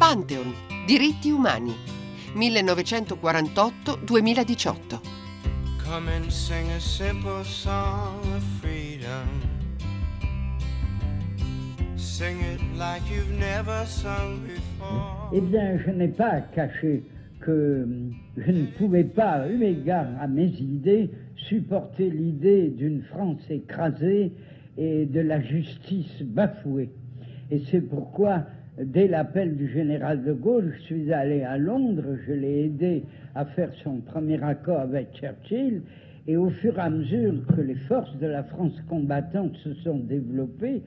Pantheon, diritti umani, 1948-2018. Come and sing a simple song of freedom. Sing it like you've never sung before. Eh bien, je n'ai pas caché que je ne pouvais pas, eu égard à mes idées, supporter l'idée d'une France écrasée et de la justice bafouée. Et c'est pourquoi, dès l'appel du général de Gaulle, je suis allé à Londres, je l'ai aidé à faire son premier accord avec Churchill, et au fur et à mesure que les forces de la France combattante se sont développées,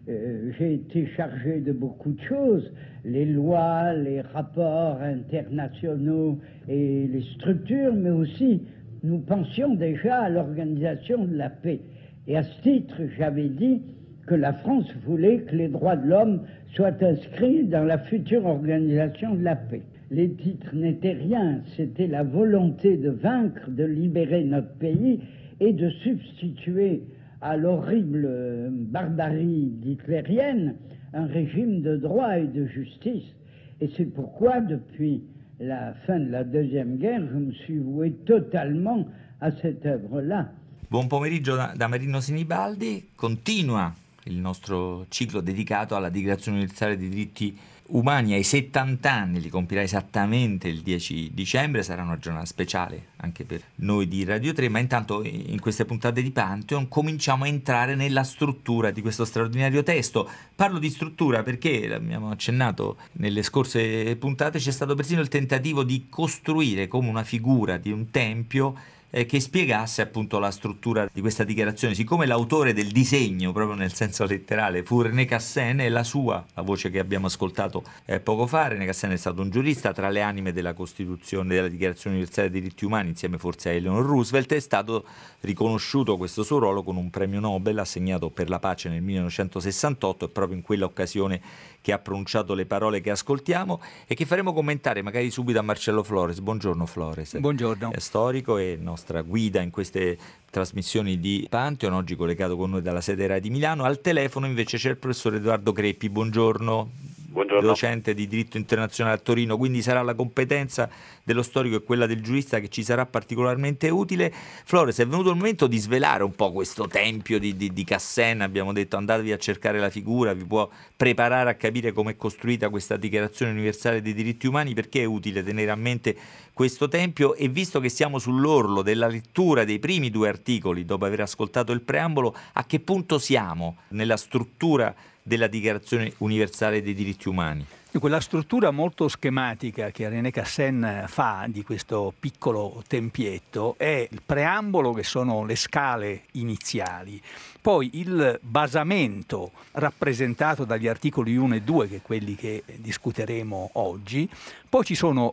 j'ai été chargé de beaucoup de choses, les lois, les rapports internationaux et les structures, mais aussi nous pensions déjà à l'organisation de la paix. Et à ce titre, j'avais dit que la France voulait que les droits de l'homme soient inscrits dans la future organisation de la paix. Les titres n'étaient rien, c'était la volonté de vaincre, de libérer notre pays et de substituer à l'horrible barbarie hitlérienne un régime de droit et de justice. Et c'est pourquoi, depuis la fin de la Deuxième Guerre, je me suis voué totalement à cette œuvre-là. Buon pomeriggio da Marino Sinibaldi. Continua il nostro ciclo dedicato alla Dichiarazione Universale dei Diritti Umani ai 70 anni, li compirà esattamente il 10 dicembre, sarà una giornata speciale anche per noi di Radio 3, ma intanto in queste puntate di Pantheon cominciamo a entrare nella struttura di questo straordinario testo. Parlo di struttura perché, l'abbiamo accennato nelle scorse puntate, c'è stato persino il tentativo di costruire come una figura di un tempio che spiegasse appunto la struttura di questa dichiarazione. Siccome l'autore del disegno, proprio nel senso letterale, fu René Cassin, e la voce che abbiamo ascoltato poco fa. René Cassin è stato un giurista, tra le anime della Costituzione, della Dichiarazione Universale dei Diritti Umani, insieme forse a Eleanor Roosevelt. È stato riconosciuto questo suo ruolo con un premio Nobel assegnato per la pace nel 1968, e proprio in quell'occasione che ha pronunciato le parole che ascoltiamo e che faremo commentare magari subito a Marcello Flores. Buongiorno Flores. Buongiorno. È storico e nostra guida in queste trasmissioni di Pantheon, oggi collegato con noi dalla sede RAI di Milano. Al telefono invece c'è il professor Edoardo Creppi. Buongiorno. Buongiorno. Docente di diritto internazionale a Torino, quindi sarà la competenza dello storico e quella del giurista che ci sarà particolarmente utile. Flores, è venuto il momento di svelare un po' questo tempio di Cassin. Abbiamo detto andatevi a cercare la figura, vi può preparare a capire come è costruita questa Dichiarazione Universale dei Diritti Umani, perché è utile tenere a mente questo tempio. E visto che siamo sull'orlo della lettura dei primi due articoli, dopo aver ascoltato il preambolo, a che punto siamo nella struttura della Dichiarazione Universale dei Diritti Umani? Quella struttura molto schematica che René Cassin fa di questo piccolo tempietto è il preambolo, che sono le scale iniziali, poi il basamento rappresentato dagli articoli 1 e 2, che è quelli che discuteremo oggi, poi ci sono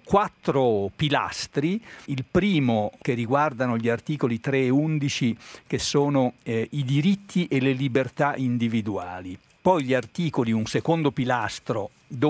4 pilastri, il primo che riguardano gli articoli 3 e 11, che sono i diritti e le libertà individuali. Poi gli articoli, un secondo pilastro,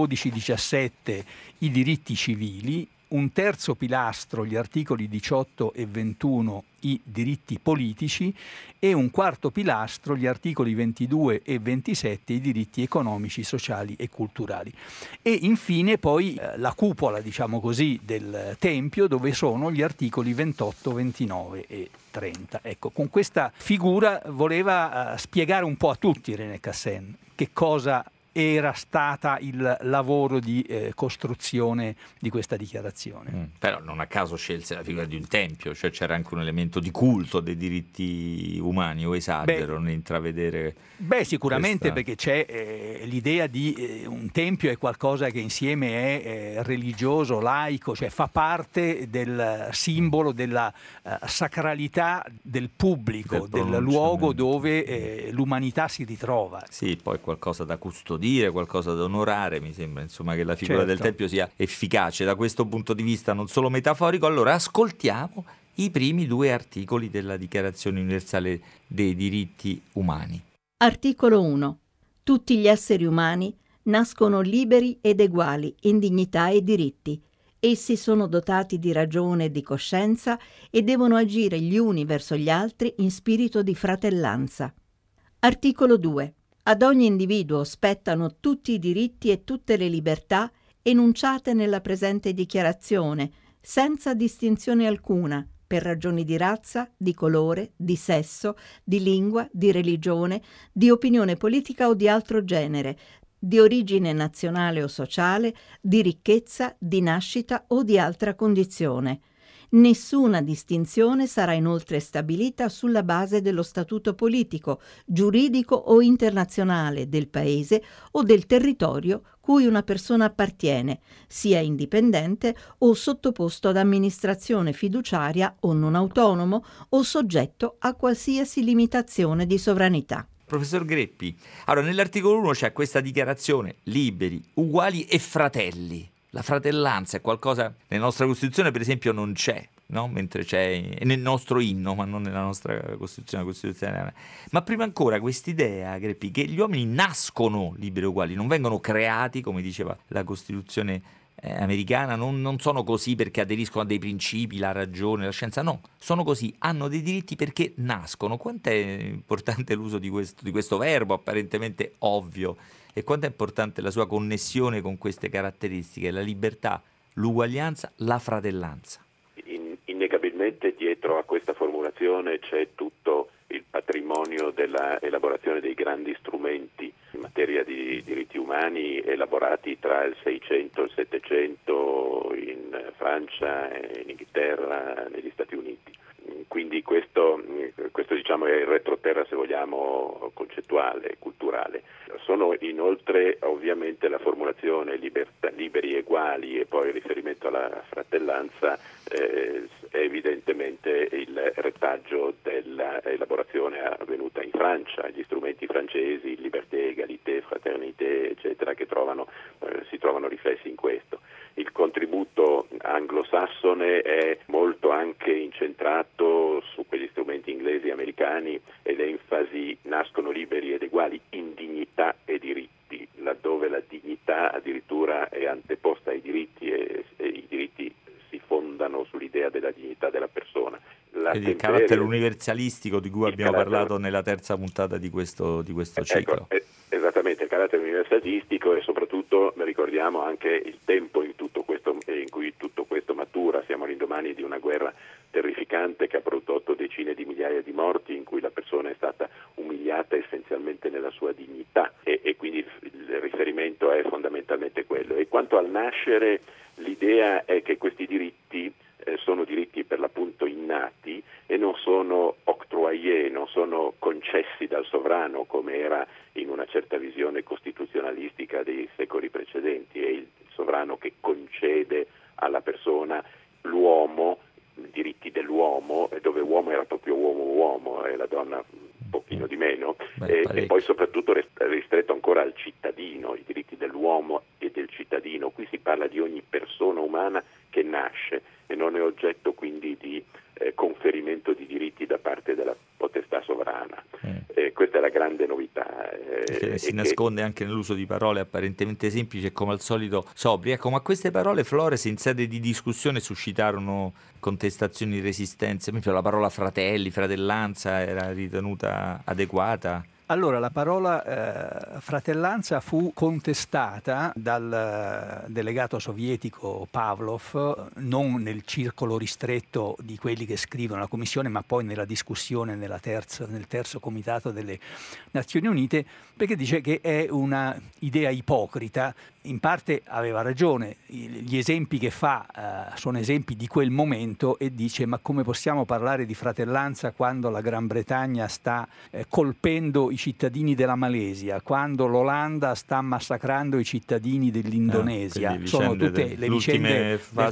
12-17, i diritti civili, un terzo pilastro, gli articoli 18 e 21, i diritti politici, e un quarto pilastro, gli articoli 22 e 27, i diritti economici, sociali e culturali. E infine poi la cupola, diciamo così, del Tempio, dove sono gli articoli 28, 29 e 30. Ecco, con questa figura voleva spiegare un po' a tutti René Cassin che cosa era stata il lavoro di costruzione di questa dichiarazione. Però non a caso scelse la figura di un tempio, cioè c'era anche un elemento di culto dei diritti umani, o esagero nell'intravedere? Sicuramente questa... perché c'è l'idea di un tempio è qualcosa che insieme è religioso, laico, cioè fa parte del simbolo della sacralità del pubblico, del luogo dove l'umanità si ritrova. Sì, poi qualcosa da custodire, qualcosa da onorare, mi sembra insomma che la figura del Tempio sia efficace da questo punto di vista, non solo metaforico. Allora ascoltiamo i primi 2 articoli della Dichiarazione Universale dei Diritti Umani. Articolo 1. Tutti gli esseri umani nascono liberi ed eguali in dignità e diritti. Essi sono dotati di ragione e di coscienza e devono agire gli uni verso gli altri in spirito di fratellanza. Articolo 2. Ad ogni individuo spettano tutti i diritti e tutte le libertà enunciate nella presente dichiarazione, senza distinzione alcuna, per ragioni di razza, di colore, di sesso, di lingua, di religione, di opinione politica o di altro genere, di origine nazionale o sociale, di ricchezza, di nascita o di altra condizione. Nessuna distinzione sarà inoltre stabilita sulla base dello statuto politico, giuridico o internazionale del paese o del territorio cui una persona appartiene, sia indipendente o sottoposto ad amministrazione fiduciaria o non autonomo o soggetto a qualsiasi limitazione di sovranità. Professor Greppi, allora nell'articolo 1 c'è questa dichiarazione: liberi, uguali e fratelli. La fratellanza è qualcosa nella nostra Costituzione, per esempio, non c'è, no? Mentre c'è nel nostro inno, ma non nella nostra Costituzione costituzionale. Ma prima ancora quest'idea, Greppi, che gli uomini nascono liberi e uguali, non vengono creati, come diceva la Costituzione americana, non sono così perché aderiscono a dei principi, la ragione, la scienza, no, sono così, hanno dei diritti perché nascono. Quanto è importante l'uso di questo verbo apparentemente ovvio, e quanto è importante la sua connessione con queste caratteristiche, la libertà, l'uguaglianza, la fratellanza? Innegabilmente dietro a questa formulazione c'è tutto il patrimonio della elaborazione dei grandi strumenti in materia di diritti umani elaborati tra il 600 e il 700 in Francia, in Inghilterra, negli Stati Uniti. Quindi questo diciamo è il retroterra, se vogliamo, concettuale, culturale. Sono inoltre ovviamente la formulazione liberi e uguali e poi il riferimento alla fratellanza è evidentemente il retaggio dell'elaborazione avvenuta in Francia, gli strumenti francesi, liberté, égalité, fraternité, eccetera, che si trovano riflessi in questo. Il contributo anglosassone è molto anche incentrato su quegli strumenti inglesi e americani, e l'enfasi nascono liberi ed uguali in dignità e diritti, laddove la dignità addirittura è anteposta ai diritti e i diritti si fondano sull'idea della dignità della persona. Quindi il carattere universalistico di cui abbiamo parlato nella terza puntata di questo ciclo. Ecco, esattamente, il carattere universalistico, e soprattutto ricordiamo anche il tempo in cui tutto questo matura. Siamo all'indomani di una guerra terrificante che ha prodotto decine di migliaia di morti, in cui la persona è stata umiliata essenzialmente nella sua dignità, e quindi il riferimento è fondamentalmente quello. E quanto al nascere, l'idea è che questi diritti sono diritti per l'appunto innati e non sono octroyés, non sono concessi dal sovrano, come era in una certa visione costituzionalistica dei secoli precedenti. È il sovrano che concede alla persona l'uomo, i diritti dell'uomo, dove uomo era proprio uomo e la donna un pochino di meno, e poi soprattutto ristretto ancora al cittadino, i diritti dell'uomo e del cittadino. Qui si parla di ogni persona umana che nasce e non è oggetto quindi di conferimento di diritti da parte della potestà sovrana. Questa è la grande novità. Che si nasconde anche nell'uso di parole apparentemente semplici e come al solito sobrie. Ecco, ma queste parole, Flores, in sede di discussione suscitarono contestazioni e resistenze. Per esempio la parola fratelli, fratellanza era ritenuta adeguata. Allora, la parola fratellanza fu contestata dal delegato sovietico Pavlov, non nel circolo ristretto di quelli che scrivono la Commissione, ma poi nella discussione nel terzo comitato delle Nazioni Unite, perché dice che è una idea ipocrita. In parte aveva ragione, gli esempi che fa sono esempi di quel momento, e dice: ma come possiamo parlare di fratellanza quando la Gran Bretagna sta colpendo i cittadini della Malesia, quando l'Olanda sta massacrando i cittadini dell'Indonesia? Sono tutte le vicende del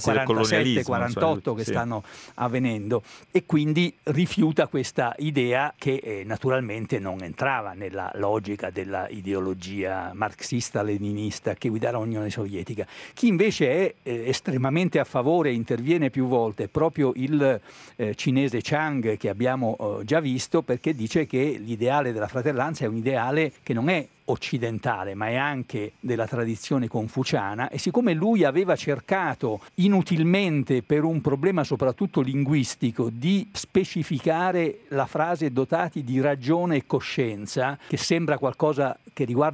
47-48 che stanno avvenendo, e quindi rifiuta questa idea che naturalmente non entrava nella logica della ideologia marxista-leninista che guidava l'Unione Sovietica. Chi invece è estremamente a favore e interviene più volte è proprio il cinese Chiang, che abbiamo già visto, perché dice che l'ideale della fratellanza è un ideale che non è occidentale, ma è anche della tradizione confuciana, e siccome lui aveva cercato inutilmente, per un problema soprattutto linguistico, di specificare la frase dotati di ragione e coscienza, che sembra qualcosa che riguarda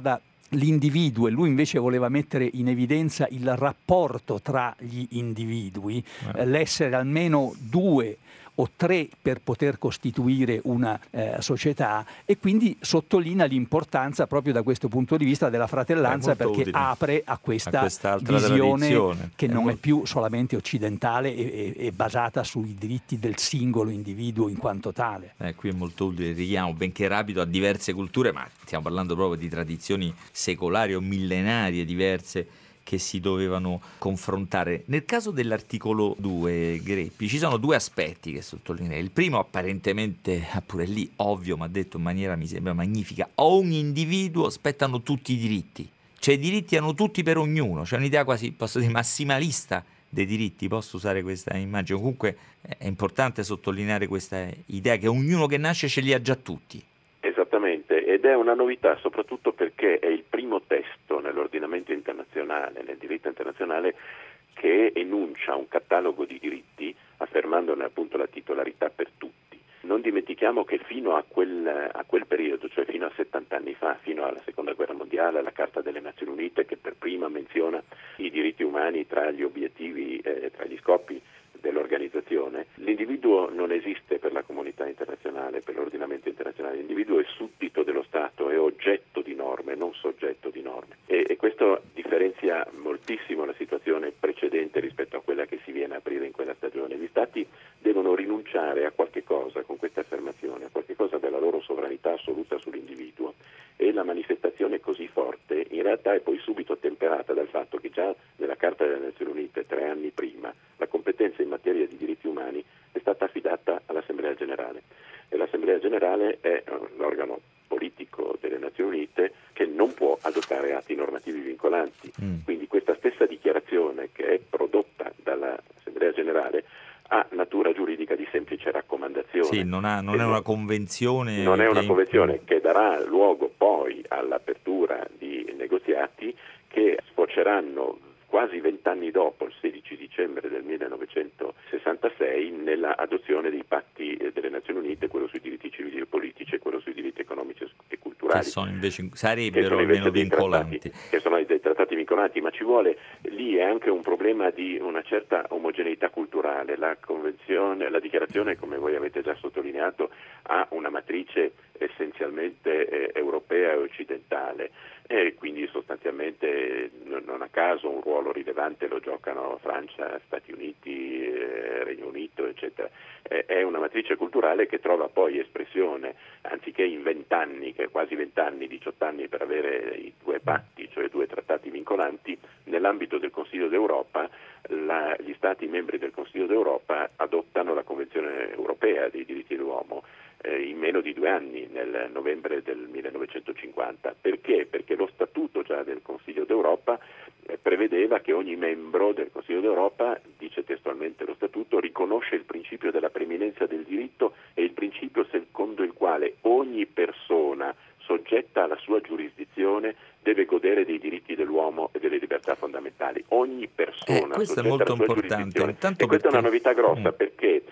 l'individuo, e lui invece voleva mettere in evidenza il rapporto tra gli individui, l'essere almeno due o tre per poter costituire una società, e quindi sottolinea l'importanza proprio da questo punto di vista della fratellanza, perché utile. apre a questa visione che non è più solamente occidentale e basata sui diritti del singolo individuo in quanto tale. Qui è molto utile il richiamo, benché rapido, a diverse culture, ma stiamo parlando proprio di tradizioni secolari o millenarie diverse che si dovevano confrontare. Nel caso dell'articolo 2, Greppi, ci sono due aspetti che sottolineo. Il primo, apparentemente, pure lì, ovvio, ma detto in maniera, mi sembra magnifica: a ogni individuo spettano tutti i diritti. Cioè i diritti hanno tutti per ognuno. C'è un'idea quasi, posso dire, massimalista dei diritti, posso usare questa immagine. Comunque è importante sottolineare questa idea che ognuno che nasce ce li ha già tutti. Esattamente, ed è una novità soprattutto perché è il primo testo nell'ordinamento internazionale, nel diritto internazionale, che enuncia un catalogo di diritti affermandone appunto la titolarità per tutti. Non dimentichiamo che fino a quel periodo, cioè fino a 70 anni fa, fino alla Seconda Guerra Mondiale, la Carta delle Nazioni Unite, che per prima menziona i diritti umani tra gli obiettivi, tra gli scopi dell'organizzazione, l'individuo non esiste per la comunità internazionale, per l'ordinamento internazionale. L'individuo è suddito dello Stato, è oggetto di norme, non soggetto di norme, e questo differenzia moltissimo la situazione precedente rispetto a quella che si viene a aprire in quella stagione. Gli Stati devono rinunciare a qualche cosa con questa affermazione, a qualche cosa della loro sovranità assoluta sull'individuo, e la manifestazione così forte in realtà è poi subito temperata dal fatto che già nella Carta delle Nazioni Unite 3 anni prima la competenza in materia di diritti umani è stata affidata all'Assemblea Generale, e l'Assemblea Generale è l'organo politico delle Nazioni Unite che non può adottare atti normativi vincolanti. Quindi questa stessa dichiarazione, che è prodotta dall'Assemblea Generale, ha natura giuridica di semplice raccomandazione. Sì, non è una convenzione. Non è una convenzione che darà luogo poi all'apertura di negoziati che sfoceranno quasi 20 anni dopo, il 16 dicembre del 1966, nella adozione dei patti delle Nazioni Unite, quello sui diritti civili e politici e quello sui diritti economici e culturali. Che sono invece, sarebbero almeno vincolanti. Che sono dei trattati vincolanti, ma ci vuole, lì è anche un problema di una certa omogeneità culturale. La convenzione, la dichiarazione, come voi avete già sottolineato, ha una matrice essenzialmente europea e occidentale, e quindi sostanzialmente non a caso un ruolo rilevante lo giocano Francia, Stati Uniti, Regno Unito, eccetera. È una matrice culturale che trova poi espressione, anziché in 20 anni, che è quasi 20 anni, 18 anni per avere i due patti, cioè 2 trattati vincolanti, nell'ambito del Consiglio d'Europa. Gli Stati membri del Consiglio d'Europa adottano la Convenzione europea dei diritti dell'uomo in meno di 2 anni, nel novembre del 1950. Perché? Perché lo statuto già del Consiglio d'Europa prevedeva che ogni membro del Consiglio d'Europa, dice testualmente lo statuto, riconosce il principio della preminenza del diritto e il principio secondo il quale ogni persona soggetta alla sua giurisdizione deve godere dei diritti dell'uomo e delle libertà fondamentali. Ogni persona questo soggetta è molto alla sua importante. giurisdizione. E questa è una novità grossa, perché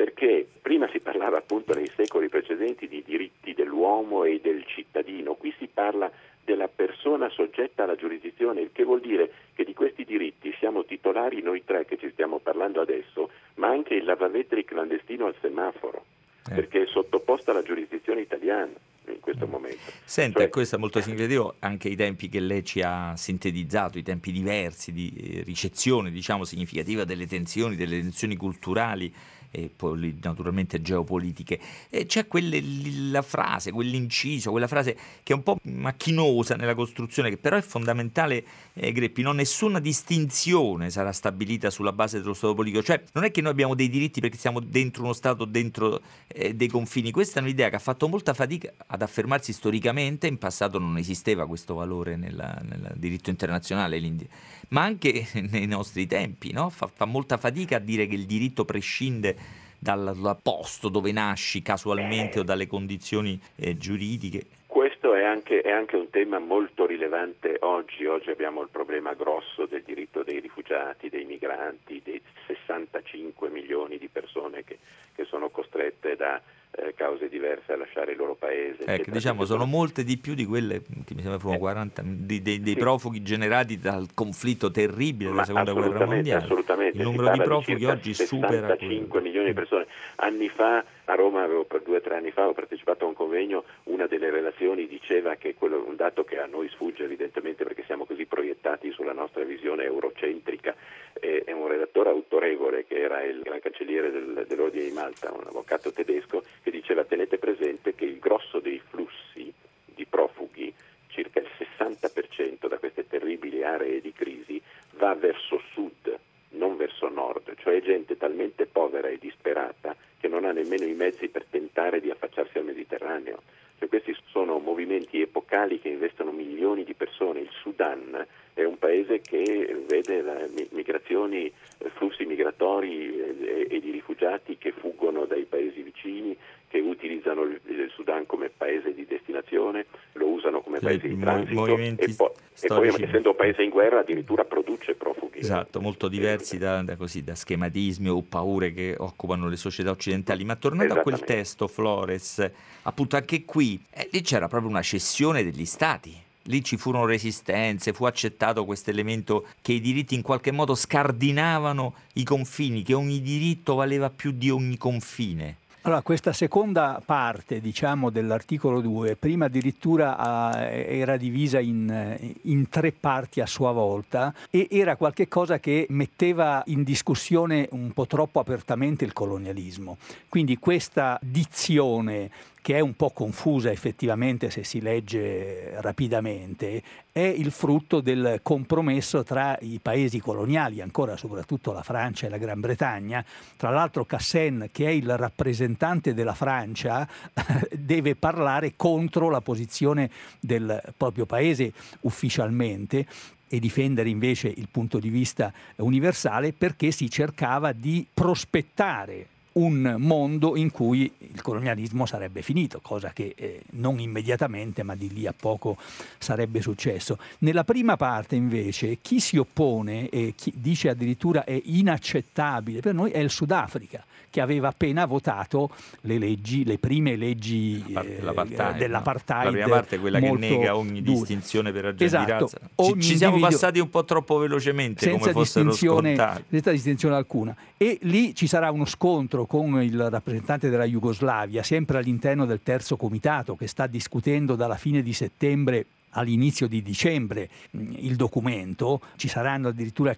prima si parlava appunto nei secoli precedenti di diritti dell'uomo e del cittadino, qui si parla della persona soggetta alla giurisdizione, il che vuol dire che di questi diritti siamo titolari noi tre che ci stiamo parlando adesso, ma anche il lavavetri clandestino al semaforo, perché è sottoposta alla giurisdizione italiana in questo momento. Senta, questo è molto significativo, anche i tempi che lei ci ha sintetizzato, i tempi diversi di ricezione, diciamo, significativa delle tensioni culturali e poi naturalmente geopolitiche. C'è la frase, quell'inciso, quella frase che è un po' macchinosa nella costruzione, che però è fondamentale, Greppi: no, nessuna distinzione sarà stabilita sulla base dello Stato politico. Cioè non è che noi abbiamo dei diritti perché siamo dentro uno Stato, dentro dei confini. Questa è un'idea che ha fatto molta fatica ad affermarsi storicamente. In passato non esisteva questo valore nel diritto internazionale, ma anche nei nostri tempi, no? Fa molta fatica a dire che il diritto prescinde dal posto dove nasci casualmente o dalle condizioni giuridiche. Questo è anche un tema molto rilevante oggi. Oggi abbiamo il problema grosso del diritto dei rifugiati, dei migranti, dei 65 milioni di persone che sono costrette da cause diverse a lasciare il loro paese. Ecco, diciamo, sono molte di più di quelle che mi sembra furono 40 dei profughi generati dal conflitto terribile della Seconda Guerra Mondiale. Assolutamente. Il numero di profughi oggi supera 65 milioni di persone. Anni fa a Roma, 2 o 3 anni fa, ho partecipato a un convegno, una delle relazioni diceva che quello è un dato che a noi sfugge evidentemente perché siamo così proiettati sulla nostra visione eurocentrica. È un redattore autorevole che era il gran cancelliere dell'Ordine di Malta, un avvocato tedesco, che diceva: tenete presente che il grosso dei flussi di profughi, circa il 60% da queste terribili aree di crisi, va verso sud, non verso nord, cioè gente talmente povera e disperata che non ha nemmeno i mezzi per tentare di affacciarsi al Mediterraneo. Cioè, questi sono movimenti epocali che investono milioni di persone. Il Sudan è un paese che vede migrazioni, flussi migratori e di rifugiati che fuggono dai paesi vicini, che utilizzano il Sudan come paese di destinazione, lo usano come paese di transito e poi essendo un paese in guerra addirittura produce profughi. Esatto, molto diversi da schematismi o paure che occupano le società occidentali. Ma tornando a quel testo, Flores, appunto anche qui, lì c'era proprio una cessione degli stati. Lì ci furono resistenze, fu accettato questo elemento che i diritti in qualche modo scardinavano i confini, che ogni diritto valeva più di ogni confine. Allora, questa seconda parte, diciamo, dell'articolo 2, prima addirittura era divisa in 3 parti a sua volta e era qualche cosa che metteva in discussione un po' troppo apertamente il colonialismo. Quindi questa dizione, che è un po' confusa effettivamente se si legge rapidamente, è il frutto del compromesso tra i paesi coloniali, ancora soprattutto la Francia e la Gran Bretagna. Tra l'altro Cassin, che è il rappresentante della Francia, deve parlare contro la posizione del proprio paese ufficialmente e difendere invece il punto di vista universale, perché si cercava di prospettare un mondo in cui il colonialismo sarebbe finito, cosa che non immediatamente, ma di lì a poco sarebbe successo. Nella prima parte invece chi si oppone e chi dice addirittura è inaccettabile per noi è il Sudafrica, che aveva appena votato le prime leggi dell'apartheid. La prima parte è quella che nega ogni distinzione per ragioni di razza. Ci siamo passati un po' troppo velocemente, come fossero scontati. Senza distinzione alcuna. E lì ci sarà uno scontro con il rappresentante della Jugoslavia, sempre all'interno del terzo comitato, che sta discutendo dalla fine di settembre all'inizio di dicembre il documento. Ci saranno addirittura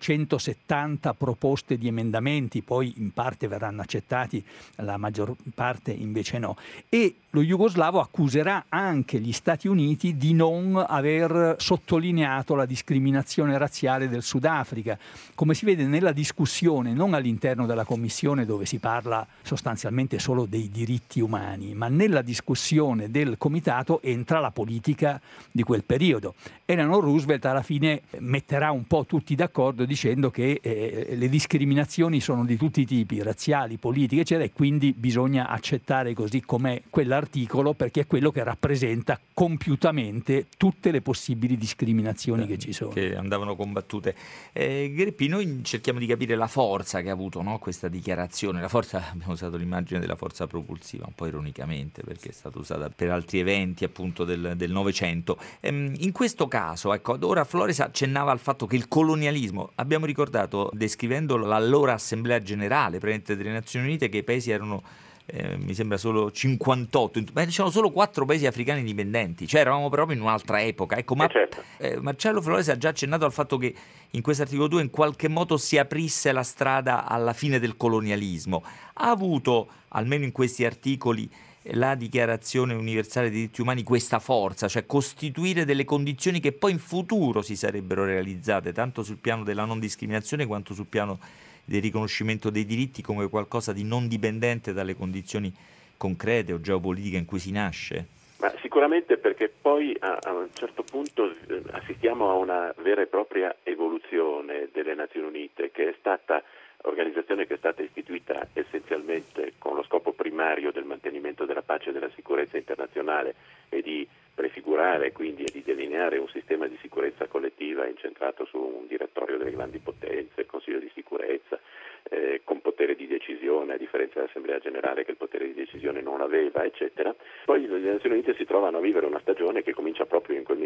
170 proposte di emendamenti, poi in parte verranno accettati, la maggior parte invece no. E lo jugoslavo accuserà anche gli Stati Uniti di non aver sottolineato la discriminazione razziale del Sudafrica. Come si vede nella discussione, non all'interno della Commissione dove si parla sostanzialmente solo dei diritti umani, ma nella discussione del comitato entra la politica di quel periodo. Eleanor Roosevelt alla fine metterà un po' tutti d'accordo dicendo che le discriminazioni sono di tutti i tipi, razziali, politiche, eccetera, e quindi bisogna accettare così com'è quell'articolo, perché è quello che rappresenta compiutamente tutte le possibili discriminazioni che ci sono. Che andavano combattute. Greppi, noi cerchiamo di capire la forza che ha avuto, no, questa dichiarazione. La forza, abbiamo usato l'immagine della forza propulsiva, un po' ironicamente, perché è stata usata per altri eventi appunto del Novecento. In questo caso, ecco, ora Flores accennava al fatto che il colonialismo, abbiamo ricordato, descrivendo l'allora Assemblea Generale delle Nazioni Unite, che i paesi erano mi sembra solo 58, ma diciamo solo 4 paesi africani indipendenti, cioè eravamo proprio in un'altra epoca. Ecco, ma certo. Marcello Flores ha già accennato al fatto che in questo articolo 2 in qualche modo si aprisse la strada alla fine del colonialismo. Ha avuto, almeno in questi articoli, la Dichiarazione Universale dei Diritti Umani questa forza, cioè costituire delle condizioni che poi in futuro si sarebbero realizzate, tanto sul piano della non discriminazione quanto sul piano del riconoscimento dei diritti come qualcosa di non dipendente dalle condizioni concrete o geopolitiche in cui si nasce? Ma sicuramente, perché poi a un certo punto assistiamo a una vera e propria evoluzione delle Nazioni Unite, che è stata organizzazione che è stata istituita essenzialmente con lo scopo primario del mantenimento della pace e della sicurezza internazionale e di prefigurare quindi e di delineare un sistema di sicurezza collettiva incentrato su un direttorio delle grandi potenze, il Consiglio di sicurezza, con potere di decisione, a differenza dell'Assemblea Generale che il potere di decisione non aveva, eccetera. Poi le Nazioni Unite si trovano a vivere una stagione che comincia proprio in quel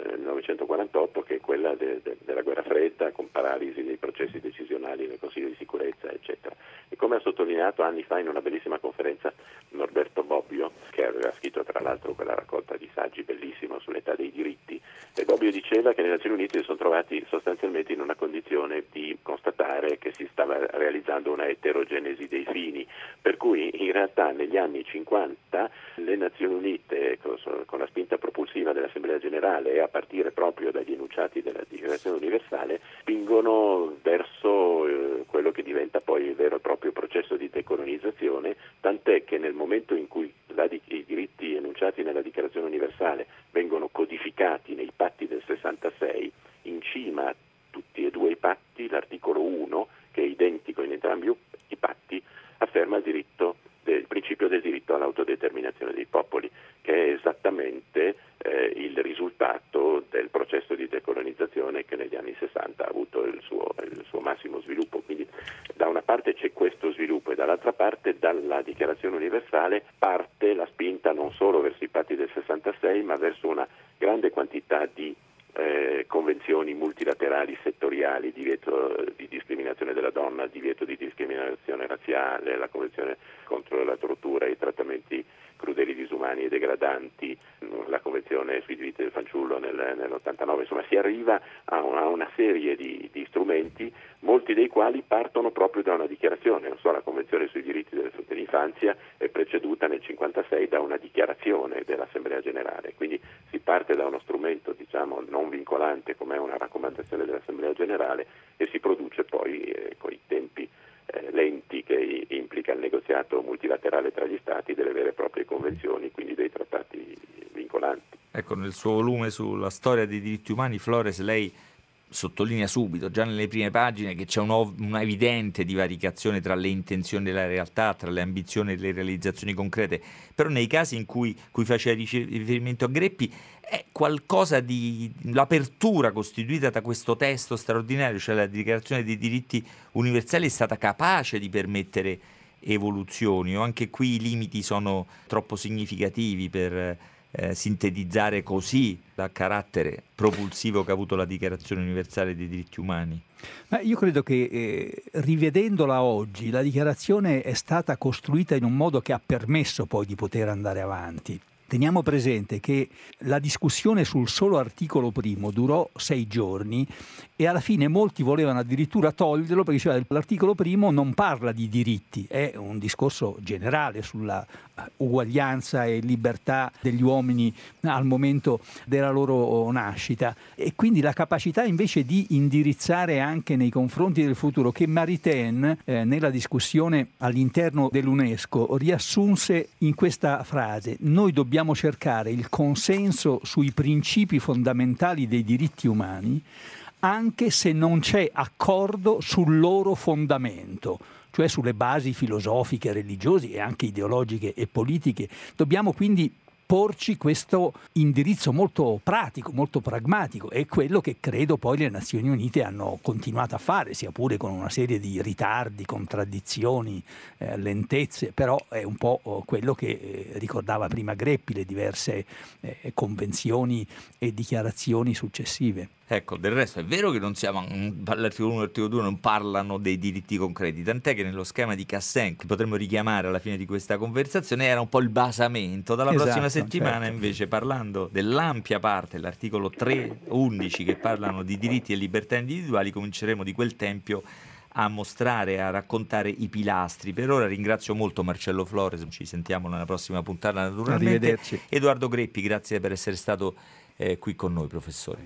1948, che è quella della guerra fredda, con paralisi dei processi decisionali nel Consiglio di sicurezza, eccetera. E come ha sottolineato anni fa in una bellissima conferenza Norberto Bobbio, che aveva scritto tra l'altro quella raccolta di saggi bellissima sull'età dei diritti, e Bobbio diceva che le Nazioni Unite si sono trovati sostanzialmente in una condizione di constatare che si stava realizzando una eterogenesi dei fini, per cui in realtà negli anni 50 le Nazioni Unite, con la spinta propulsiva dell'Assemblea Generale e a partire proprio dagli enunciati della Dichiarazione Universale, spingono verso quello che diventa poi il vero e proprio processo di decolonizzazione, tant'è che nel momento in cui i diritti enunciati nella Dichiarazione Universale vengono codificati nei patti del 66, in cima a tutti e due i patti l'articolo 1, che è identico in entrambi i patti, afferma il principio del diritto all'autodeterminazione dei popoli, che è esattamente il risultato del processo di decolonizzazione che negli anni 60 ha avuto il suo massimo sviluppo. Quindi da una parte c'è questo sviluppo e dall'altra parte dalla Dichiarazione Universale parte la spinta non solo verso i patti del 66 ma verso una grande quantità di convenzioni multilaterali settoriali, divieto di discriminazione della donna, divieto di discriminazione razziale, la Convenzione contro la tortura e i trattamenti crudeli, disumani e degradanti, la Convenzione sui diritti del fanciullo nell'89, insomma si arriva a una serie di strumenti, molti dei quali partono proprio da una dichiarazione. Non so, la Convenzione sui diritti dell'infanzia è preceduta nel 1956 da una dichiarazione dell'Assemblea Generale, quindi si parte da uno strumento diciamo non vincolante come è una raccomandazione dell'Assemblea Generale e si produce poi con i tempi lenti che implica il negoziato multilaterale tra gli Stati delle vere e proprie convenzioni, quindi dei trattati vincolanti. Ecco, nel suo volume sulla storia dei diritti umani, Flores, lei sottolinea subito, già nelle prime pagine, che c'è una evidente divaricazione tra le intenzioni e la realtà, tra le ambizioni e le realizzazioni concrete, però nei casi in cui faceva riferimento a Greppi è qualcosa di l'apertura costituita da questo testo straordinario, cioè la Dichiarazione dei diritti universali, è stata capace di permettere evoluzioni, o anche qui i limiti sono troppo significativi per sintetizzare così il carattere propulsivo che ha avuto la Dichiarazione Universale dei diritti umani? Ma io credo che rivedendola oggi la dichiarazione è stata costruita in un modo che ha permesso poi di poter andare avanti. Teniamo presente che la discussione sul solo articolo primo durò 6 giorni e alla fine molti volevano addirittura toglierlo perché diceva l'articolo primo non parla di diritti, è un discorso generale sulla uguaglianza e libertà degli uomini al momento della loro nascita, e quindi la capacità invece di indirizzare anche nei confronti del futuro, che Maritain nella discussione all'interno dell'UNESCO riassunse in questa frase: noi dobbiamo cercare il consenso sui principi fondamentali dei diritti umani anche se non c'è accordo sul loro fondamento, cioè sulle basi filosofiche, religiose e anche ideologiche e politiche. Dobbiamo quindi porci questo indirizzo molto pratico, molto pragmatico, è quello che credo poi le Nazioni Unite hanno continuato a fare, sia pure con una serie di ritardi, contraddizioni, lentezze, però è un po' quello che ricordava prima Greppi, le diverse convenzioni e dichiarazioni successive. Ecco, del resto è vero che non siamo l'articolo 1 e l'articolo 2 non parlano dei diritti concreti, tant'è che nello schema di Cassin, che potremmo richiamare alla fine di questa conversazione, era un po' il basamento. Dalla prossima settimana, certo, invece, parlando dell'ampia parte, l'articolo 3-11, che parlano di diritti e libertà individuali, cominceremo di quel tempio a mostrare, a raccontare i pilastri. Per ora ringrazio molto Marcello Flores, ci sentiamo nella prossima puntata naturalmente. Arrivederci. Edoardo Greppi, grazie per essere stato qui con noi, professore.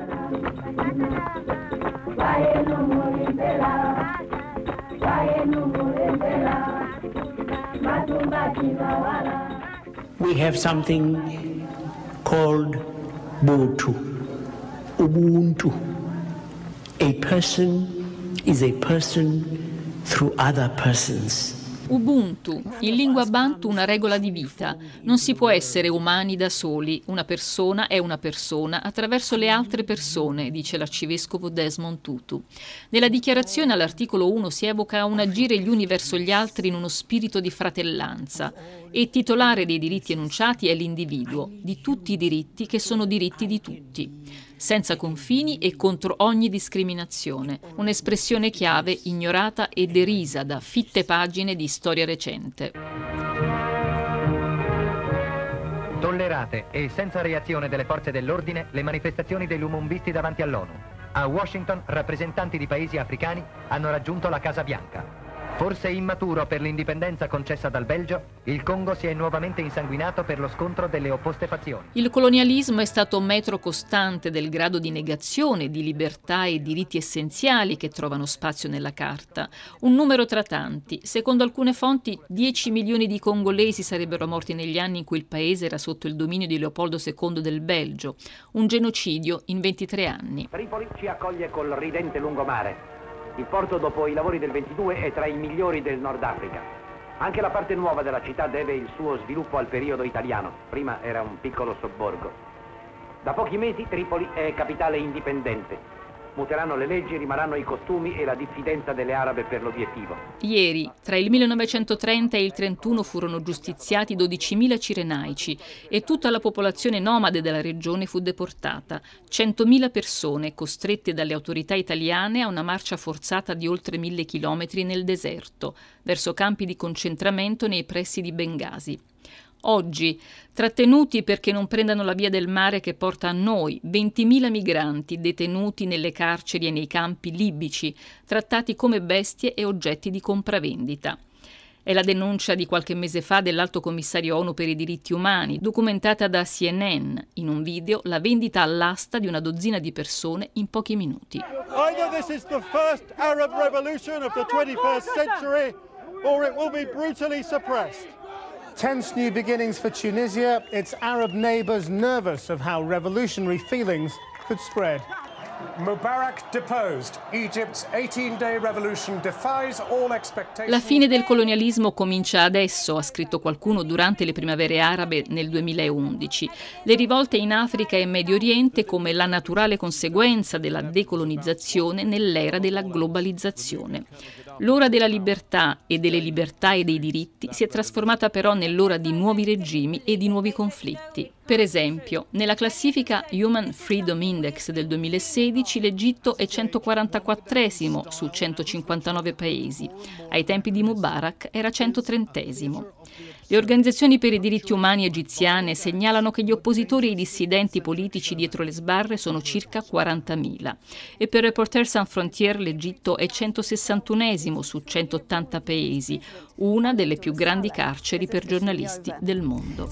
We have something called Ubuntu. A person is a person through other persons. Ubuntu, in lingua bantu una regola di vita. Non si può essere umani da soli, una persona è una persona attraverso le altre persone, dice l'arcivescovo Desmond Tutu. Nella dichiarazione all'articolo 1 si evoca un agire gli uni verso gli altri in uno spirito di fratellanza e titolare dei diritti enunciati è l'individuo, di tutti i diritti che sono diritti di tutti, senza confini e contro ogni discriminazione, un'espressione chiave ignorata e derisa da fitte pagine di storia recente. Tollerate e senza reazione delle forze dell'ordine le manifestazioni dei lumumbisti davanti all'ONU. A Washington rappresentanti di paesi africani hanno raggiunto la Casa Bianca. Forse immaturo per l'indipendenza concessa dal Belgio, il Congo si è nuovamente insanguinato per lo scontro delle opposte fazioni. Il colonialismo è stato metro costante del grado di negazione di libertà e diritti essenziali che trovano spazio nella Carta. Un numero tra tanti. Secondo alcune fonti, 10 milioni di congolesi sarebbero morti negli anni in cui il paese era sotto il dominio di Leopoldo II del Belgio. Un genocidio in 23 anni. Tripoli ci accoglie col ridente lungomare. Il porto dopo i lavori del 22 è tra i migliori del Nord Africa. Anche la parte nuova della città deve il suo sviluppo al periodo italiano. Prima era un piccolo sobborgo. Da pochi mesi Tripoli è capitale indipendente. Muteranno le leggi, rimarranno i costumi e la diffidenza delle arabe per l'obiettivo. Ieri, tra il 1930 e il 31 furono giustiziati 12.000 cirenaici e tutta la popolazione nomade della regione fu deportata. 100.000 persone costrette dalle autorità italiane a una marcia forzata di oltre 1.000 chilometri nel deserto, verso campi di concentramento nei pressi di Bengasi. Oggi, trattenuti perché non prendano la via del mare che porta a noi, 20.000 migranti detenuti nelle carceri e nei campi libici, trattati come bestie e oggetti di compravendita. È la denuncia di qualche mese fa dell'Alto Commissario ONU per i diritti umani, documentata da CNN, in un video la vendita all'asta di una dozzina di persone in pochi minuti. Either this is the first Arab revolution of the 21st century, or it will be brutally suppressed. Tense new beginnings for Tunisia, its Arab neighbours nervous of how revolutionary feelings could spread. Mubarak deposed. Egypt's 18-day revolution defies all expectations. La fine del colonialismo comincia adesso, ha scritto qualcuno durante le primavere arabe nel 2011. Le rivolte in Africa e Medio Oriente come la naturale conseguenza della decolonizzazione nell'era della globalizzazione. L'ora della libertà e delle libertà e dei diritti si è trasformata però nell'ora di nuovi regimi e di nuovi conflitti. Per esempio, nella classifica Human Freedom Index del 2016 l'Egitto è 144esimo su 159 paesi. Ai tempi di Mubarak era 130esimo. Le organizzazioni per i diritti umani egiziane segnalano che gli oppositori e i dissidenti politici dietro le sbarre sono circa 40.000 e per Reporters Sans Frontières l'Egitto è 161esimo su 180 paesi, una delle più grandi carceri per giornalisti del mondo.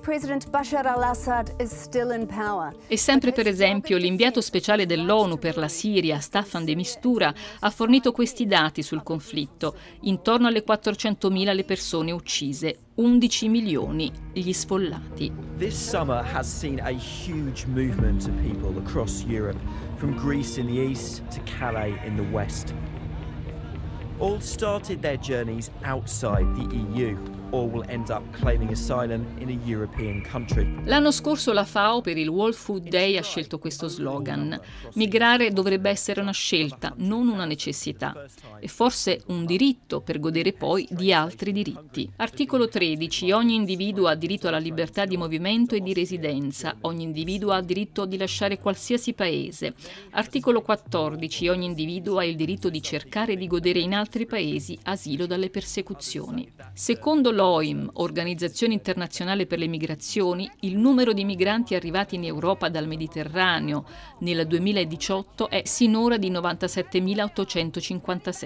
E sempre per esempio l'inviato speciale dell'ONU per la Siria, Staffan de Mistura, ha fornito questi dati sul conflitto. Intorno alle 400.000 le persone uccise, 11 milioni gli sfollati. This summer has seen a huge movement of people across Europe, from Greece in the east to Calais in the west. All started their journeys outside the EU, or will end up claiming asylum in a European country. L'anno scorso la FAO per il World Food Day ha scelto questo slogan: migrare dovrebbe essere una scelta, non una necessità, e forse un diritto per godere poi di altri diritti. Articolo 13. Ogni individuo ha diritto alla libertà di movimento e di residenza. Ogni individuo ha diritto di lasciare qualsiasi paese. Articolo 14. Ogni individuo ha il diritto di cercare di godere in altri paesi asilo dalle persecuzioni. Secondo l'OIM, Organizzazione Internazionale per le Migrazioni, il numero di migranti arrivati in Europa dal Mediterraneo nel 2018 è sinora di 97.857.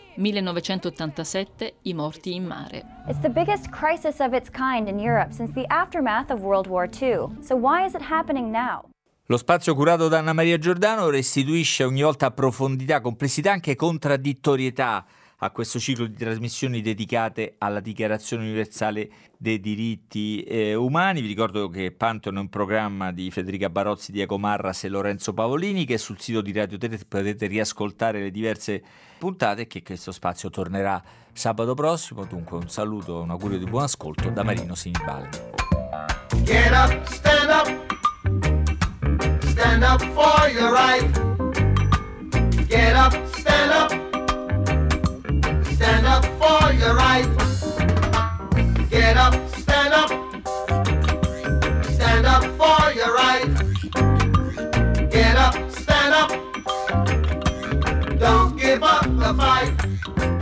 1987 i morti in mare. It's the biggest crisis of its kind in Europe since the aftermath of World War II. So why is it happening now? Lo spazio curato da Anna Maria Giordano restituisce ogni volta profondità, complessità, anche contraddittorietà a questo ciclo di trasmissioni dedicate alla Dichiarazione Universale dei Diritti Umani. Vi ricordo che Pantheon è un programma di Federica Barozzi, Diego Marras e Lorenzo Pavolini, che sul sito di Radio 3 potete riascoltare le diverse puntate e che questo spazio tornerà sabato prossimo. Dunque un saluto, un augurio di buon ascolto da Marino Sinibaldi. Get up, stand up for your right. Get up, stand up for your right. Get up, stand up for your right. Get up, stand up, don't give up the fight.